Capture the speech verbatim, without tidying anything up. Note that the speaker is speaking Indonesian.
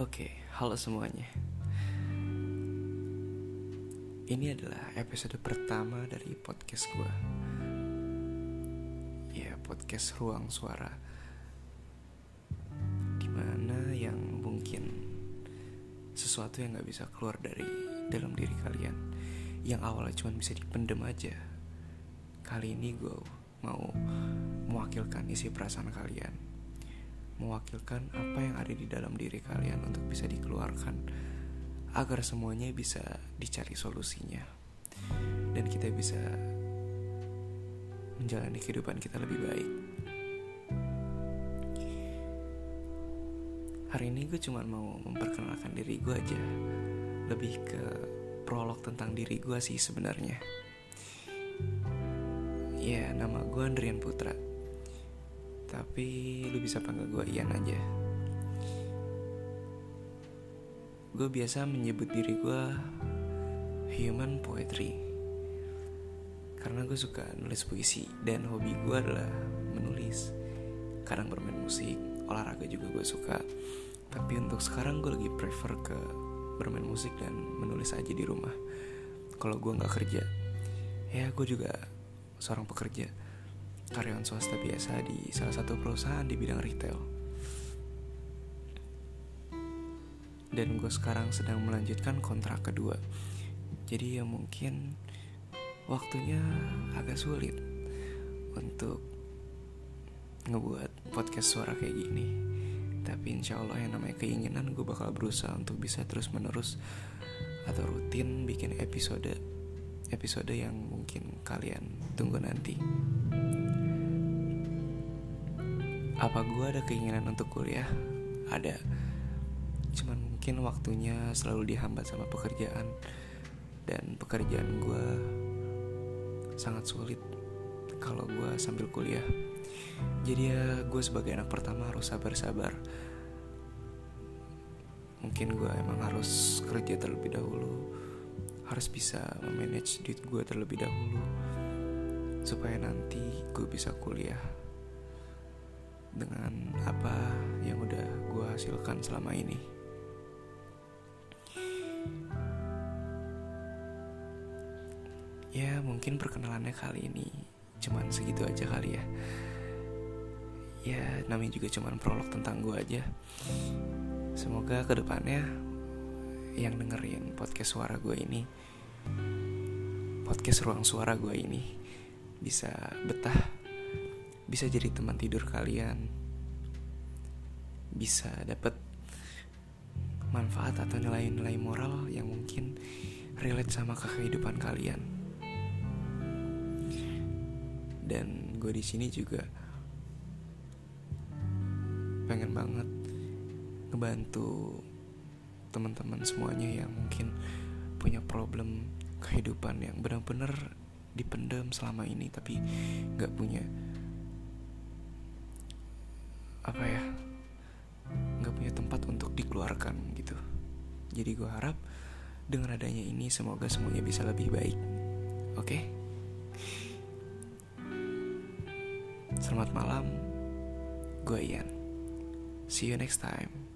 Oke, halo semuanya. Ini adalah episode pertama dari podcast gue. Ya, podcast Ruang Suara, dimana yang mungkin sesuatu yang gak bisa keluar dari dalam diri kalian, yang awalnya cuma bisa dipendem aja. Kali ini gue mau mewakilkan isi perasaan kalian, mewakilkan apa yang ada di dalam diri kalian untuk bisa dikeluarkan, agar semuanya bisa dicari solusinya dan kita bisa menjalani kehidupan kita lebih baik. Hari ini gue cuma mau memperkenalkan diri gue aja, lebih ke prolog tentang diri gue sih sebenarnya. Ya, nama gue Andrian Putra, tapi lu bisa panggil gue Ian aja. Gue biasa menyebut diri gue human poetry, karena gue suka nulis puisi dan hobi gue adalah menulis. Kadang bermain musik, olahraga juga gue suka. Tapi untuk sekarang gue lagi prefer ke bermain musik dan menulis aja di rumah. Kalau gue gak kerja, ya gue juga seorang pekerja, karyawan swasta biasa di salah satu perusahaan di bidang retail. Dan gue sekarang sedang melanjutkan kontrak kedua. Jadi ya mungkin waktunya agak sulit untuk ngebuat podcast suara kayak gini. Tapi insya Allah yang namanya keinginan, gue bakal berusaha untuk bisa terus menerus atau rutin bikin episode Episode yang mungkin kalian tunggu nanti. Apa gue ada keinginan untuk kuliah? Ada. Cuman mungkin waktunya selalu dihambat sama pekerjaan. Dan pekerjaan gue sangat sulit kalau gue sambil kuliah. Jadi ya gue sebagai anak pertama harus sabar-sabar. Mungkin gue emang harus kerja terlebih dahulu, harus bisa memanage duit gue terlebih dahulu, supaya nanti gue bisa kuliah dengan apa yang udah gue hasilkan selama ini. Ya mungkin perkenalannya kali ini cuman segitu aja kali ya. Ya namanya juga cuman prolog tentang gue aja. Semoga kedepannya yang dengerin podcast suara gue ini, podcast Ruang Suara gue ini, bisa betah, bisa jadi teman tidur kalian, bisa dapet manfaat atau nilai-nilai moral yang mungkin relate sama kehidupan kalian. Dan gue di sini juga pengen banget ngebantu teman-teman semuanya yang mungkin punya problem kehidupan yang benar-benar dipendam selama ini, tapi gak punya apa ya gak punya tempat untuk dikeluarkan gitu. Jadi gue harap dengan adanya ini semoga semuanya bisa lebih baik. Oke, selamat malam. Gue Ian. See you next time.